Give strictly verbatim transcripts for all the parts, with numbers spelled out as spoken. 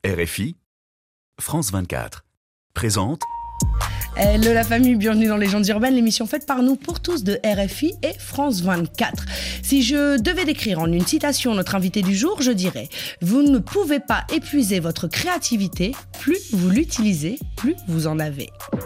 R F I, France vingt-quatre, présente... Hello la famille, bienvenue dans Légendes urbaines, l'émission faite par nous pour tous de R F I et France vingt-quatre. Si je devais décrire en une citation notre invité du jour, je dirais « Vous ne pouvez pas épuiser votre créativité, plus vous l'utilisez, plus vous en avez. »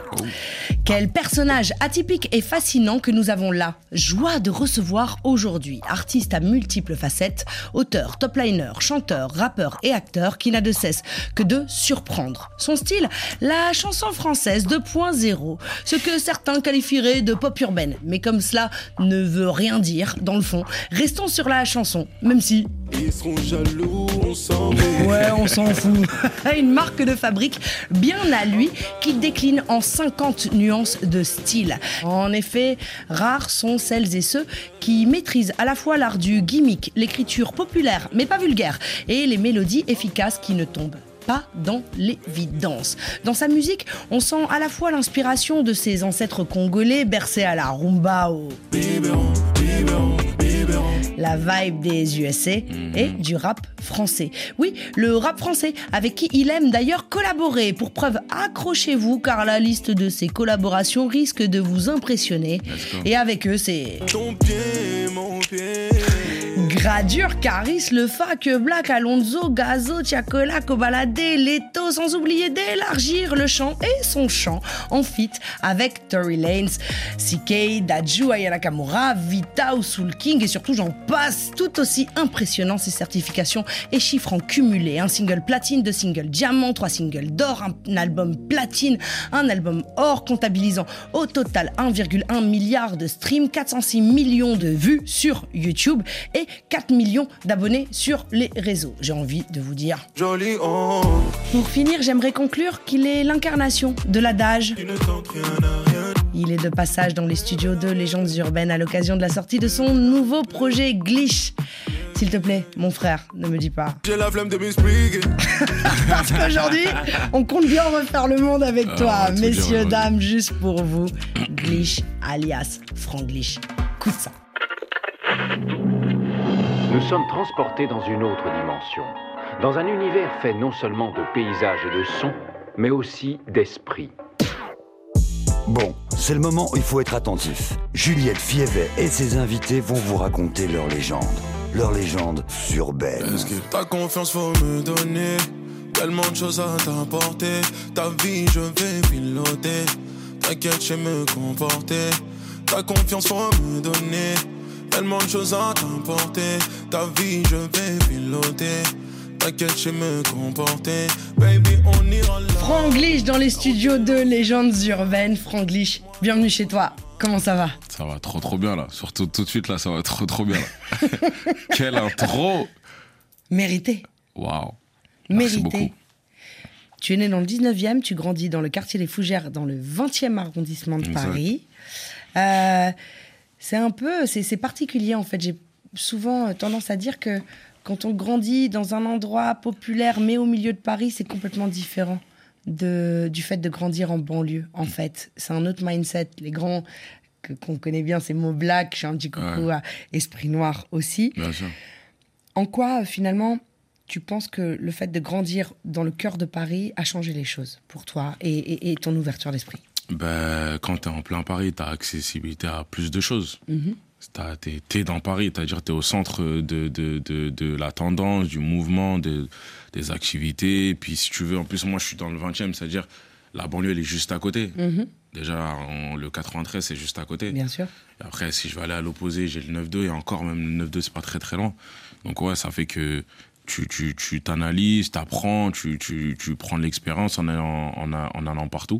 Quel personnage atypique et fascinant que nous avons là. Joie de recevoir aujourd'hui. Artiste à multiples facettes, auteur, top-liner, chanteur, rappeur et acteur qui n'a de cesse que de surprendre. Son style, la chanson française deux point zéro, ce que certains qualifieraient de pop urbaine. Mais comme cela ne veut rien dire, dans le fond, restons sur la chanson, même si... Ils seront jaloux, on s'en fout. Ouais, on s'en fout. Une marque de fabrique bien à lui qu'il décline en cinquante nuances de style. En effet, rares sont celles et ceux qui maîtrisent à la fois l'art du gimmick, l'écriture populaire mais pas vulgaire et les mélodies efficaces qui ne tombent pas dans l'évidence. Dans sa musique, on sent à la fois l'inspiration de ses ancêtres congolais bercés à la rumba au... Biberon, biberon, biberon. La vibe des U S A et du rap français. Oui, le rap français, avec qui il aime d'ailleurs collaborer. Pour preuve, accrochez-vous, car la liste de ses collaborations risque de vous impressionner. Et avec eux, c'est... Ton pied, mon pied. Gradure, Caris, Le Fac, Black, Alonso, Gazo, Tiakola, Kobalade, Leto, sans oublier d'élargir le chant et son chant en feat avec Tory Lanez, C K, Dadju, Aya Nakamura, Vita ou Soul King et surtout j'en passe. Tout aussi impressionnant ces certifications et chiffres en cumulé. Un single platine, deux singles diamant, trois singles d'or, un album platine, un album or comptabilisant au total un virgule un milliard de streams, quatre cent six millions de vues sur YouTube et quatre millions d'abonnés sur les réseaux. J'ai envie de vous dire... Joli homme. Pour finir, j'aimerais conclure qu'il est l'incarnation de l'adage. Tu ne tentes rien à rien. Il est de passage dans les studios de Légendes urbaines à l'occasion de la sortie de son nouveau projet Glitch. S'il te plaît, mon frère, ne me dis pas. J'ai la flemme de m'expliquer. Parce qu'aujourd'hui, on compte bien refaire le monde avec Ah, toi. tout Messieurs, bien, dames, juste pour vous, Glitch alias Franglish. Écoute ça. Nous sommes transportés dans une autre dimension, dans un univers fait non seulement de paysages et de sons, mais aussi d'esprit. Bon, c'est le moment où il faut être attentif. Juliette Fievet et ses invités vont vous raconter leur légende. Leur légende urbaine. Est-ce que ta confiance faut me donner? Tellement de choses à t'apporter. Ta vie je vais piloter. T'inquiète, je sais me comporter. Ta confiance faut me donner. Tellement de choses à t'apporter. Ta vie je vais piloter. T'inquiète, je sais me comporter. Baby, on ira là. Franglish dans les studios de Légendes urbaines. Franglish, bienvenue chez toi. Comment ça va? Ça va trop trop bien là, surtout tout de suite là, ça va trop trop bien là. Quelle intro! Mérité. Waouh! Merci Mérité. beaucoup. Tu es né dans le dix-neuvième, tu grandis dans le quartier des Fougères, dans le vingtième arrondissement de Exact. Paris. Euh, c'est un peu, c'est, c'est particulier en fait. J'ai souvent tendance à dire que quand on grandit dans un endroit populaire mais au milieu de Paris, c'est complètement différent de, du fait de grandir en banlieue. En fait, c'est un autre mindset. Les grands que, qu'on connaît bien, c'est Mo Black, je fais un petit coucou Ouais. à Esprit Noir aussi. Bien sûr. En quoi, finalement, tu penses que le fait de grandir dans le cœur de Paris a changé les choses pour toi et, et, et ton ouverture d'esprit? Ben, quand t'es en plein Paris, t'as accessibilité à plus de choses. Mhm. T'as, t'es, t'es dans Paris, c'est-à-dire t'es au centre de, de, de, de la tendance, du mouvement, de, des activités. Et puis si tu veux, en plus moi je suis dans le vingtième, c'est-à-dire la banlieue elle est juste à côté. Mhm. Déjà en- le quatre-vingt-treize c'est juste à côté. Bien sûr. Et après si je vais aller à l'opposé, j'ai le neuf deux et encore même le neuf deux c'est pas très très loin. Donc ouais, ça fait que tu, tu, tu t'analyses, t'apprends, tu, tu, tu prends de l'expérience en allant, en, a- en allant partout.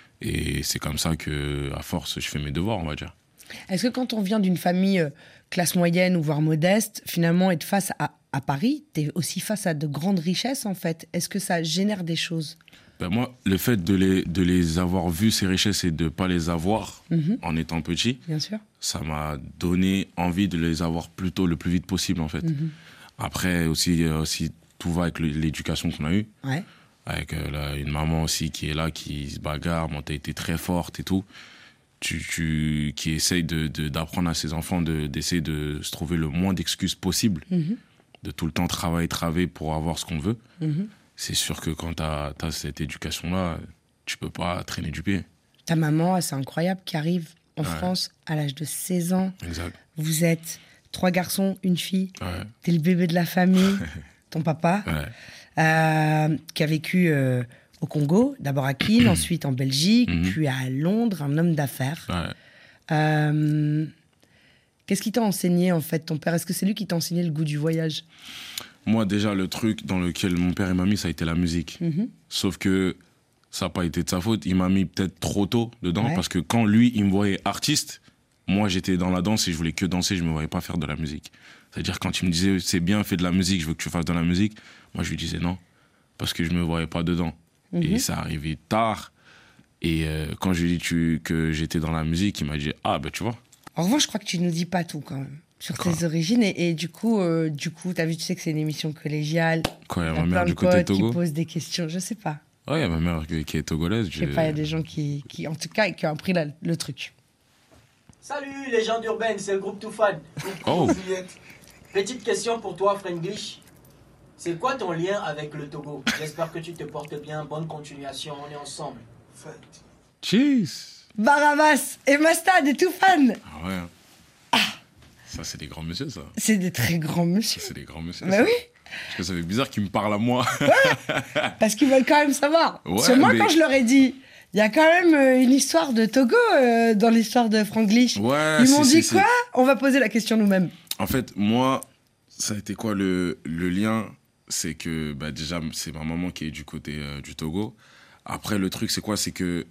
Et c'est comme ça que, à force, je fais mes devoirs, on va dire. Est-ce que quand on vient d'une famille euh, classe moyenne ou voire modeste, finalement être face à, à Paris, t'es aussi face à de grandes richesses en fait? Est-ce que ça génère des choses? Ben moi, le fait de les, de les avoir vus, ces richesses, et de ne pas les avoir Mhm. en étant petit, Bien sûr. ça m'a donné envie de les avoir plus tôt, le plus vite possible, en fait. Mhm. Après, aussi, euh, aussi, tout va avec le- l'éducation qu'on a eue. Ouais. Avec euh, là, une maman aussi qui est là, qui se bagarre, mentalité très forte et tout. Tu, tu, qui essaye de, de, d'apprendre à ses enfants de, d'essayer de se trouver le moins d'excuses possible. Mhm. De tout le temps travailler, travailler pour avoir ce qu'on veut. Mhm. c'est sûr que quand t'as as cette éducation-là, tu peux pas traîner du pied. Ta maman, c'est incroyable, qui arrive en Ouais. France à l'âge de seize ans. Exact. Vous êtes trois garçons, une fille. Ouais. T'es le bébé de la famille. Ton papa, Ouais. euh, qui a vécu euh, au Congo, d'abord à Keene, ensuite en Belgique, Mhm. puis à Londres, un homme d'affaires. Ouais. Euh, Qu'est-ce qui t'a enseigné, en fait, ton père? Est-ce que c'est lui qui t'a enseigné le goût du voyage? Moi, déjà, le truc dans lequel mon père m'a mis, ça a été la musique. Mhm. Sauf que ça n'a pas été de sa faute. Il m'a mis peut-être trop tôt dedans Ouais. parce que quand lui, il me voyait artiste, moi, j'étais dans la danse et je voulais que danser, je ne me voyais pas faire de la musique. C'est-à-dire, quand il me disait, c'est bien, fais de la musique, je veux que tu fasses de la musique, moi, je lui disais non parce que je ne me voyais pas dedans. Mhm. Et ça arrivait tard. Et euh, quand je lui ai dit tu- que j'étais dans la musique, il m'a dit, ah, ben tu vois. En revanche, je crois que tu nous dis pas tout, quand même, sur Quoi? tes origines. Et, et du coup, euh, du coup, t'as vu, tu sais que c'est une émission collégiale. Quoi, il y a Il y a ma plein mère de du côté de potes qui Togo. posent des questions. Je sais pas. Ouais, il y a ma mère qui qui est togolaise. Je sais pas, il y a des gens qui, qui, en tout cas, qui ont appris la- le truc. Salut légende urbaine, c'est le groupe Toufan. Oh. Petite question pour toi, Frenglish. C'est quoi ton lien avec le Togo? J'espère que tu te portes bien. Bonne continuation, on est ensemble. Cheese. Barabas et Mastad et tout fan. Ah ouais. Ça, c'est des grands messieurs, ça. C'est des très grands monsieur. Ça, c'est des grands messieurs. Bah ça. oui, Parce que ça fait bizarre qu'ils me parlent à moi. parce qu'ils veulent quand même savoir. Ouais, Parce que moi, mais- quand je leur ai dit, il y a quand même euh, une histoire de Togo euh, dans l'histoire de Franglish. Ouais, Ils si, m'ont si, dit si. quoi? On va poser la question nous-mêmes. En fait, moi, ça a été quoi le, le lien? C'est que bah, déjà, c'est ma maman qui est du côté euh, du Togo. Après, le truc, c'est quoi? C'est que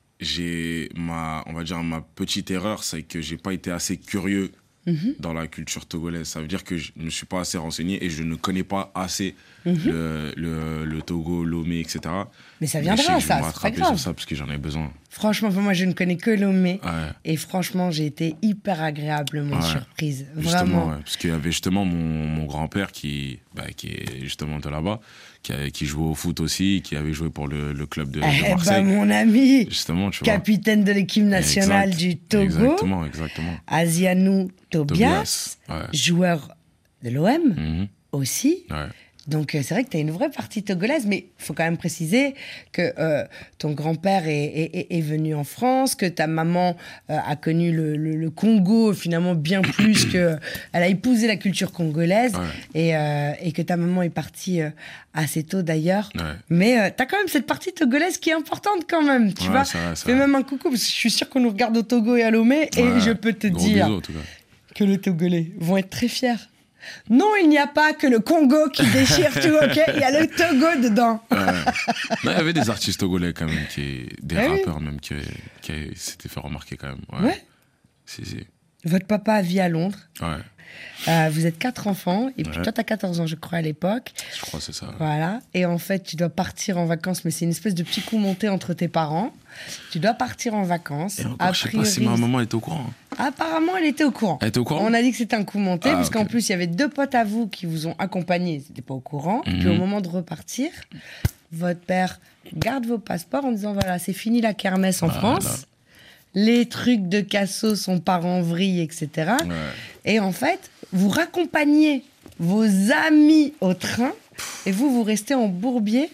j'ai ma, on va dire, ma petite erreur, c'est que j'ai pas été assez curieux Mhm. dans la culture togolaise. Ça veut dire que je ne me suis pas assez renseigné et je ne connais pas assez Mhm. le, le, le Togo, Lomé, et cetera. Mais ça Mais je sais viendra, que je vais ça, me c'est pas rattraper grave. sur ça parce que j'en ai besoin. Franchement, moi, je ne connais que Lomé. Ouais. Et franchement, j'ai été hyper agréablement Ouais. surprise. Justement, Vraiment. ouais, parce qu'il y avait justement mon, mon grand-père qui, bah, qui est justement de là-bas, qui, a- qui jouait au foot aussi, qui avait joué pour le, le club de, de Eh ben, Marseille. mon ami, Justement, tu vois. capitaine de l'équipe nationale Exact. du Togo, Exactement, exactement. Asianou Tobias, Tobias. Ouais. joueur de l'O M Mhm. aussi. Ouais. Donc euh, c'est vrai que tu as une vraie partie togolaise, mais il faut quand même préciser que euh, ton grand-père est, est- est- est venu en France, que ta maman euh, a connu le, le- le Congo finalement bien plus que... Elle a épousé la culture congolaise Ouais. et, euh, et que ta maman est partie euh, assez tôt d'ailleurs. Ouais. Mais tu as quand même cette partie togolaise qui est importante quand même, tu Ouais, vois. c'est vrai, c'est Fais vrai. même un coucou, parce que je suis sûr qu'on nous regarde au Togo et à Lomé, et Ouais. je peux te Gros dire bisous, en tout cas. que les Togolais vont être très fiers. Non, il n'y a pas que le Congo qui déchire tout, ok? Il y a le Togo dedans. Ouais. Non, il y avait des artistes togolais quand même, qui, des Ah oui. rappeurs même, qui, qui s'étaient fait remarquer quand même. Ouais. Ouais. Si, si. Votre papa vit à Londres. Ouais, Euh, vous êtes quatre enfants. Et puis Ouais. toi, tu as quatorze ans, je crois, à l'époque. je crois que c'est ça. Voilà. Et en fait, tu dois partir en vacances, mais c'est une espèce de petit coup monté entre tes parents. Tu dois partir en vacances. Et encore, A je sais pas si priori- ma maman était au courant. Apparemment, elle était au courant. Elle était au courant? On a dit que c'était un coup monté, Ah, parce qu'en ok. plus, il y avait deux potes à vous qui vous ont accompagné. Ils n'étaient pas au courant. Puis Mhm. au moment de repartir, votre père garde vos passeports en disant voilà, c'est fini la kermesse en Voilà. France. Les trucs de Casso sont par en vrille, et cetera. Ouais. Et en fait, vous raccompagnez vos amis au train et vous, vous restez en bourbier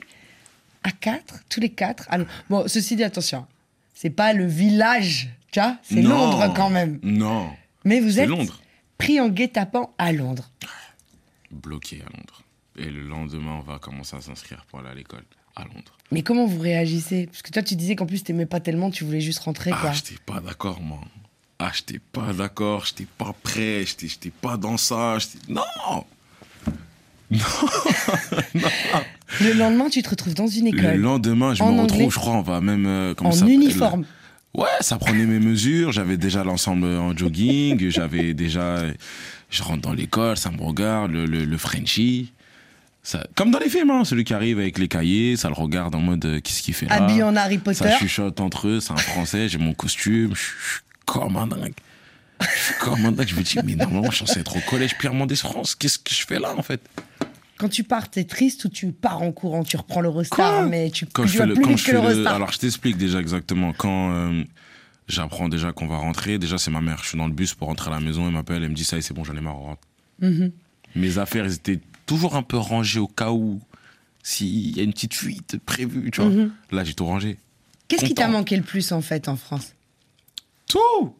à quatre, tous les quatre. Alors, bon, ceci dit, attention, c'est pas le village, tu vois, c'est Non. Londres quand même. Non. Mais vous C'est êtes Londres. pris en guet-apens à Londres. Bloqué à Londres. Et le lendemain, on va commencer à s'inscrire pour aller à l'école à Londres. Mais comment vous réagissez? Parce que toi, tu disais qu'en plus, t'aimais pas tellement, tu voulais juste rentrer, quoi. Ah, j'étais pas d'accord, moi. Ah, j'étais pas d'accord, j'étais pas prêt, j'étais j'étais pas dans ça. j'étais- Non. Le lendemain, tu te retrouves dans une Le école, lendemain, je En me anglais. retrouve, je crois, on va même... euh, comment en ça s'appelle uniforme. Ouais, ça prenait mes mesures. J'avais déjà l'ensemble en jogging. J'avais déjà... Je rentre dans l'école, ça me regarde, le, le, le Frenchie. Ça, comme dans les films, hein, celui qui arrive avec les cahiers, ça le regarde en mode euh, qu'est-ce qu'il fait là. Habillé en Harry Potter. Ça chuchote entre eux, c'est un Français, j'ai mon costume, je suis comme un dingue. Je suis comme un dingue, je me dis, mais normalement, je suis censé être au collège Pierre Mendès France, qu'est-ce que je fais là en fait? Quand tu pars, t'es triste ou tu pars en courant, tu reprends l'Eurostar, Quoi mais tu, Quand tu je vas fais le, plus quand vite je que fais le- l'Eurostar. alors je t'explique déjà exactement. Quand euh, j'apprends déjà qu'on va rentrer, déjà c'est ma mère. Je suis dans le bus pour rentrer à la maison, elle m'appelle, elle me dit ça y est, c'est bon, j'en ai marre, on rentre. Mhm. Mes affaires, elles étaient toujours un peu rangées au cas où s'il y a une petite fuite prévue, tu vois. Mhm. Là, j'ai tout rangé. Qu'est-ce qui Content. t'a manqué le plus, en fait, en France? Tout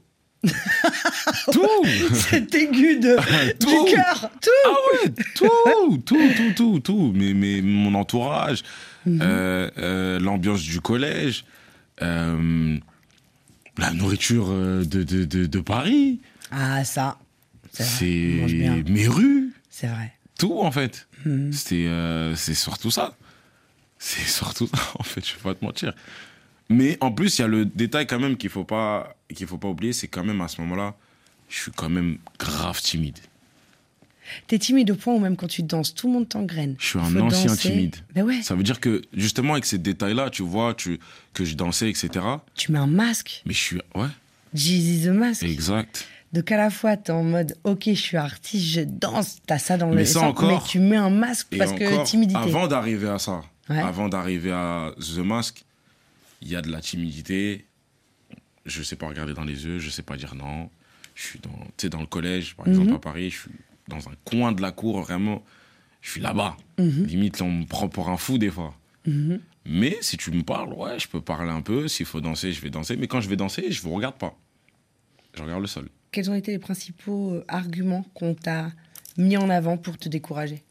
Tout C'est aigu de, Tout. du cœur. Tout. Ah ouais, tout, tout, tout, tout, tout. Mais, mais mon entourage, Mhm. euh, euh, l'ambiance du collège, euh, la nourriture euh, de, de, de, de Paris, Ah, ça. C'est vrai. On mange c'est bien. mes rues, C'est vrai. tout en fait. Mhm. C'est euh, c'est surtout ça. C'est surtout ça, en fait, je vais pas te mentir. Mais en plus, il y a le détail quand même qu'il faut pas, qu'il faut pas oublier, c'est quand même à ce moment-là, je suis quand même grave timide. T'es timide au point où même quand tu danses, tout le monde t'engraine. Je suis un Faut ancien danser. timide. Ben ouais. Ça veut dire que, justement, avec ces détails-là, tu vois, tu, que je dansais, et cetera. Tu mets un masque. Mais je suis... Ouais, Jeezy the Mask. exact. Donc à la fois, t'es en mode, ok, je suis artiste, je danse, t'as ça dans le Mais ça sang, encore- mais tu mets un masque Et parce que encore, timidité. avant d'arriver à ça, Ouais. avant d'arriver à The Mask, il y a de la timidité. Je sais pas regarder dans les yeux, je sais pas dire non. Je suis dans, tu sais, dans le collège, par exemple, Mhm. à Paris, je suis dans un coin de la cour, vraiment. Je suis là-bas. Mhm. Limite, là, on me prend pour un fou des fois. Mhm. Mais si tu me parles, ouais, je peux parler un peu. S'il faut danser, je vais danser. Mais quand je vais danser, je vous regarde pas. Je regarde le sol. Quels ont été les principaux euh, arguments qu'on t'a mis en avant pour te décourager?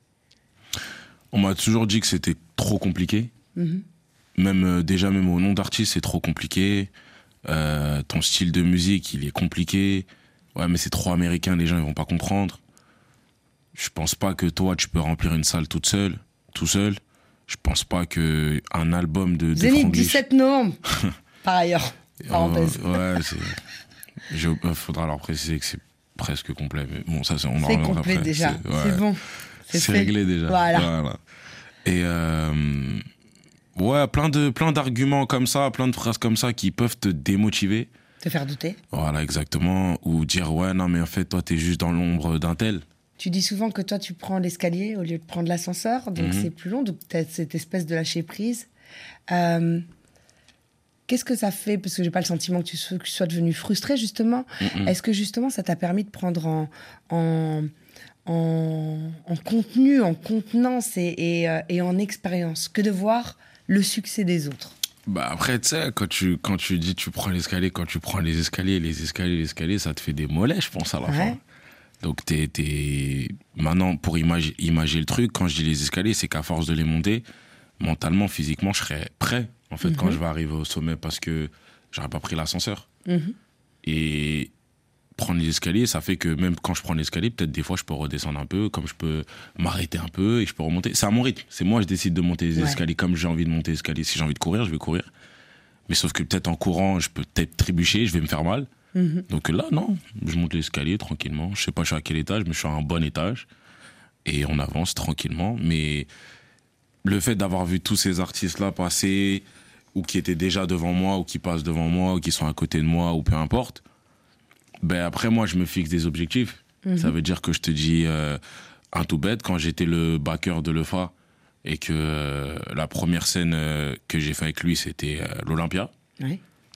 On m'a toujours dit que c'était trop compliqué. Mhm. Même euh, déjà, même au nom d'artiste, c'est trop compliqué. Euh, ton style de musique, il est compliqué. Ouais, mais c'est trop américain, les gens ils vont pas comprendre. Je pense pas que toi, tu peux remplir une salle toute seule, tout seul. Je pense pas que un album de, de Zénith, Franglish- dix-sept novembre. Par ailleurs, parenthèse. Euh, ouais, c'est. Il faudra leur préciser que c'est presque complet. Mais bon, ça, c'est, on en C'est reviendra complet après. déjà, C'est, ouais. c'est bon. C'est fait. réglé déjà. Voilà. Et euh, ouais, plein de plein d'arguments comme ça, plein de phrases comme ça qui peuvent te démotiver. Te faire douter. Voilà, exactement. Ou dire ouais, non, mais en fait, toi, t'es juste dans l'ombre d'un tel. Tu dis souvent que toi, tu prends l'escalier au lieu de prendre l'ascenseur, donc Mhm. c'est plus long, donc tu as cette espèce de lâcher prise. Euh, Qu'est-ce que ça fait? Parce que j'ai pas le sentiment que tu sois, que tu sois devenu frustré, justement. Mhm. Est-ce que, justement, ça t'a permis de prendre en, en, en, en contenu, en contenance et, et, euh, et en expérience que de voir le succès des autres? Bah après, tu sais, quand tu, quand tu dis tu prends l'escalier, quand tu prends les escaliers, les escaliers, les escaliers, ça te fait des mollets, je pense, à la Ouais. fin. Donc, t'es, t'es... Maintenant, pour imag- imager le truc, quand je dis les escaliers, c'est qu'à force de les monter, mentalement, physiquement, je serais prêt, en fait, quand je vais arriver au sommet, parce que j'aurais pas pris l'ascenseur. Mhm. Et prendre les escaliers, ça fait que même quand je prends l'escalier, peut-être des fois, je peux redescendre un peu, comme je peux m'arrêter un peu et je peux remonter. C'est à mon rythme. C'est moi, je décide de monter les Ouais. escaliers comme j'ai envie de monter les escaliers. Si j'ai envie de courir, je vais courir. Mais sauf que peut-être en courant, je peux peut-être trébucher, je vais me faire mal. Mhm. Donc là, non, je monte l'escalier tranquillement. Je sais pas je suis à quel étage, mais je suis à un bon étage. Et on avance tranquillement. Mais le fait d'avoir vu tous ces artistes-là passer, ou qui étaient déjà devant moi, ou qui passent devant moi, ou qui sont à côté de moi, ou peu importe, ben après, moi, je me fixe des objectifs. Mhm. Ça veut dire que je te dis euh, un tout bête, quand j'étais le backer de l'E F A, et que euh, la première scène euh, que j'ai fait avec lui, c'était euh, l'Olympia. Ouais.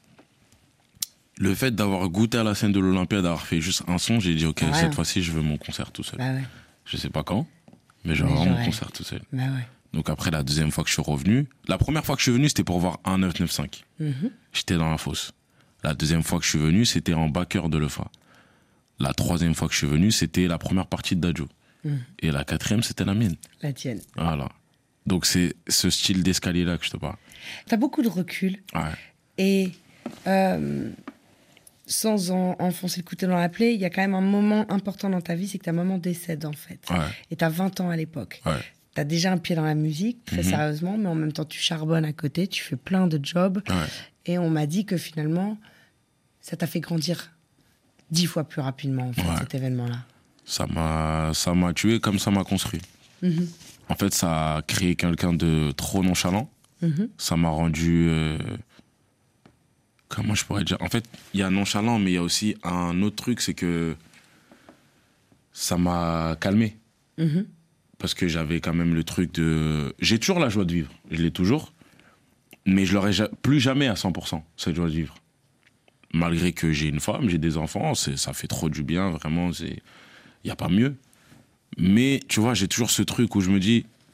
Le fait d'avoir goûté à la scène de l'Olympia, d'avoir fait juste un son, j'ai dit, ok, Ouais. cette fois-ci, je veux mon concert tout seul. Bah ouais. Je sais pas quand, mais je veux Mais avoir mon j'aurais. concert tout seul. Bah ouais. Donc après, la deuxième fois que je suis revenu, la première fois que je suis venu, c'était pour voir un neuf neuf cinq. Mhm. J'étais dans la fosse. La deuxième fois que je suis venu, c'était en backer de l'E F A. La troisième fois que je suis venu, c'était la première partie de Dadjo. Mhm. Et la quatrième, c'était la mienne. La tienne. Voilà. Donc c'est ce style d'escalier-là que je te parle. T'as beaucoup de recul. Ouais. Et euh, sans en- enfoncer le couteau dans la plaie, il y a quand même un moment important dans ta vie, c'est que ta maman décède en fait. Ouais. Et t'as vingt ans à l'époque. Ouais. T'as déjà un pied dans la musique, très Mhm. sérieusement, mais en même temps tu charbonnes à côté, tu fais plein de jobs. Ouais. Et on m'a dit que finalement, ça t'a fait grandir dix fois plus rapidement en fait, Ouais. cet événement-là. Ça m'a, ça m'a tué comme ça m'a construit. Mhm. En fait, ça a créé quelqu'un de trop nonchalant. Mhm. Ça m'a rendu... euh, comment je pourrais dire? En fait, il y a nonchalant, mais il y a aussi un autre truc, c'est que ça m'a calmé. Mhm. Parce que j'avais quand même le truc de... J'ai toujours la joie de vivre, je l'ai toujours, mais je l'aurai ja- plus jamais à cent pour cent, cette joie de vivre. Malgré que j'ai une femme, j'ai des enfants, c'est, ça fait trop du bien, vraiment, il n'y a pas mieux. Mais, tu vois, j'ai toujours ce truc où je me dis,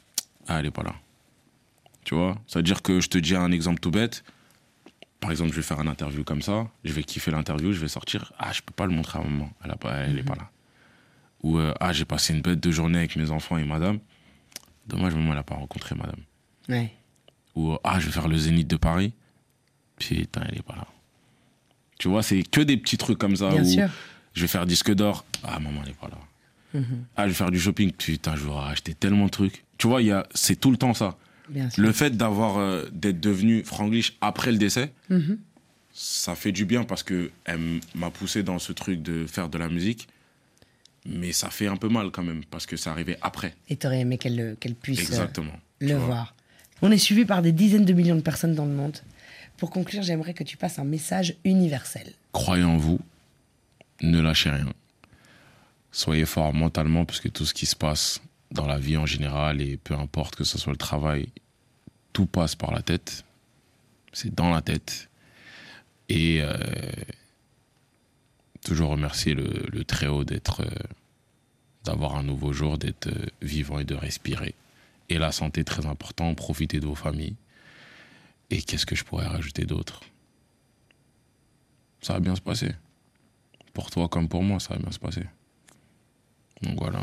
ah, elle est pas là. Tu vois, c'est-à-dire que je te dis un exemple tout bête. Par exemple, je vais faire une interview comme ça, je vais kiffer l'interview, je vais sortir. Ah, je peux pas le montrer à maman, elle, a pas, elle est pas là. Ou euh, ah, j'ai passé une bête de journée avec mes enfants et madame. Dommage, maman, elle a pas rencontré madame. Ouais. Ou ah, je vais faire le Zénith de Paris. Putain, elle est pas là. Tu vois, c'est que des petits trucs comme ça. Bien où sûr. Je vais faire disque d'or. Ah, maman, elle est pas là. Mm-hmm. Ah, je vais faire du shopping. Putain, je vais acheter tellement de trucs. Tu vois, y a, c'est tout le temps ça. Bien sûr. Le fait d'avoir, euh, d'être devenu franglish après le décès, mm-hmm. ça fait du bien parce qu'elle m'a poussé dans ce truc de faire de la musique. Mais ça fait un peu mal quand même parce que c'est arrivé après. Et t'aurais aimé qu'elle, qu'elle puisse Exactement, euh, le voir. On est suivi par des dizaines de millions de personnes dans le monde. Pour conclure, j'aimerais que tu passes un message universel. Croyez en vous, ne lâchez rien. Soyez fort mentalement parce que tout ce qui se passe dans la vie en général, et peu importe que ce soit le travail, tout passe par la tête. C'est dans la tête. Et euh, toujours remercier le, le Très-Haut d'être, euh, d'avoir un nouveau jour, d'être euh, vivant et de respirer. Et la santé, très important, profitez de vos familles. Et qu'est-ce que je pourrais rajouter d'autre ? Ça va bien se passer. Pour toi comme pour moi, ça va bien se passer. Donc voilà.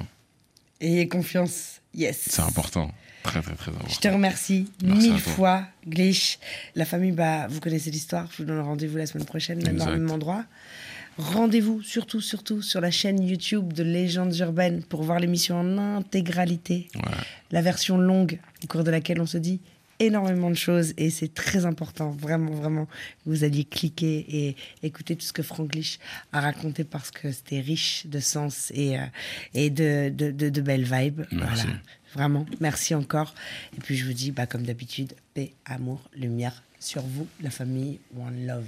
Ayez confiance, yes. C'est important, très très très important. Je te remercie Merci mille fois, Glitch. La famille, bah, vous connaissez l'histoire. Je vous donne rendez-vous la semaine prochaine, même dans le même endroit. Rendez-vous surtout, surtout sur la chaîne YouTube de Légendes Urbaines pour voir l'émission en intégralité. Ouais. La version longue, au cours de laquelle on se dit énormément de choses et c'est très important, vraiment, vraiment, que vous alliez cliquer et écouter tout ce que Franglish a raconté parce que c'était riche de sens et, euh, et de, de, de, de belles vibes. Merci. Voilà, vraiment, merci encore. Et puis je vous dis, bah, comme d'habitude, paix, amour, lumière sur vous, la famille, one love.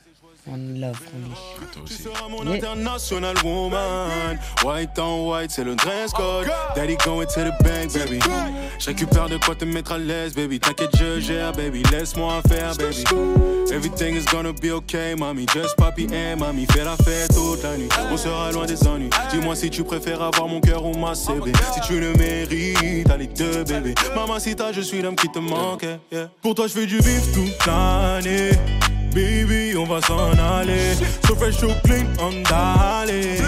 One love, Franglish. Tu seras mon international woman. White on white, c'est le dress code. Daddy going to the bank, baby. Je récupère de quoi te mettre à l'aise, baby. T'inquiète, je gère, baby. Laisse-moi faire, baby. Everything is gonna be okay, mommy. Just papi and mommy. Fais la fête toute la nuit. On sera loin des ennuis. Dis-moi si tu préfères avoir mon cœur ou ma C B. Si tu le mérites, t'as les deux, baby. Mamacita, je suis l'homme qui te manque. Yeah. Pour toi, je fais du bif toute l'année. Baby, on va s'en aller. So fresh, so clean, on d'aller.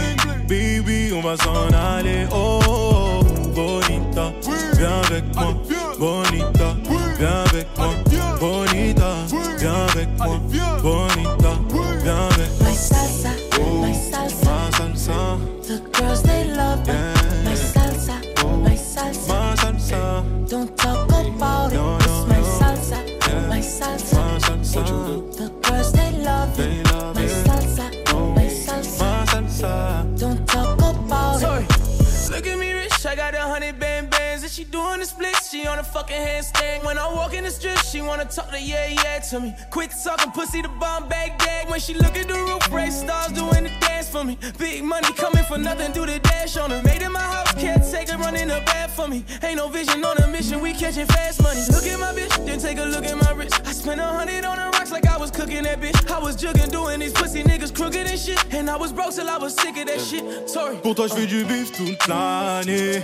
Baby, on va s'en aller. Oh, oh, oh, bonita, viens avec moi. Bonita, viens avec moi. Bonita, viens avec moi. Bonita, viens avec moi. My salsa, oh, my salsa, ma salsa. The girls they love me. Yeah. My salsa, my salsa, Ma salsa. Don't talk about No, it. no, It's my no. salsa, Yeah. my salsa. Ma salsa. The girls they love They it. love My it. salsa, Oh. my salsa. Ma salsa. Don't talk about Sorry. it. Look at me rich, I got a hundred band bands. And she doing the splits, she on a fucking handstand. When I walk in the strip, she wanna talk to yeah, yeah to me. Quit talking pussy, the bomb bag gag. When she look at the roof, race stars doing the dance for me. Big money coming for nothing, do the dash on her. Made in my house, can't take her running the bad for me. Ain't no vision on a mission, we catching fast money. Look at my bitch, then take a look at my wrist. I spent a hundred on the rocks like I was cooking that bitch. I was jugging, doing these pussy niggas crooked and shit. And I was broke till I was sick of that shit. Sorry. Pour toi, je fais du bif toute l'année.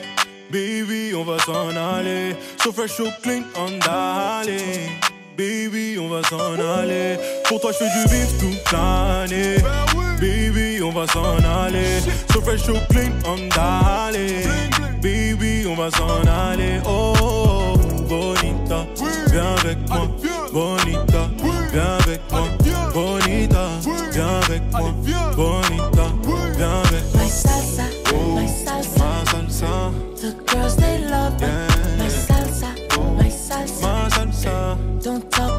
Baby, on va s'en aller. So fresh, so clean, on d'aller. Baby, on va s'en aller. Pour toi, je fais du bif toute l'année. Baby, on va s'en aller. So fresh, so clean, on d'aller. Baby, on va s'en aller. Oh, oh, oh, bonita, viens avec moi. Bonita, viens avec moi. Bonita, viens avec moi. Bonita, viens avec moi. My salsa, Oh, my salsa. ma salsa. The girls they love me. Yeah. My salsa, my salsa. Ma salsa. Don't talk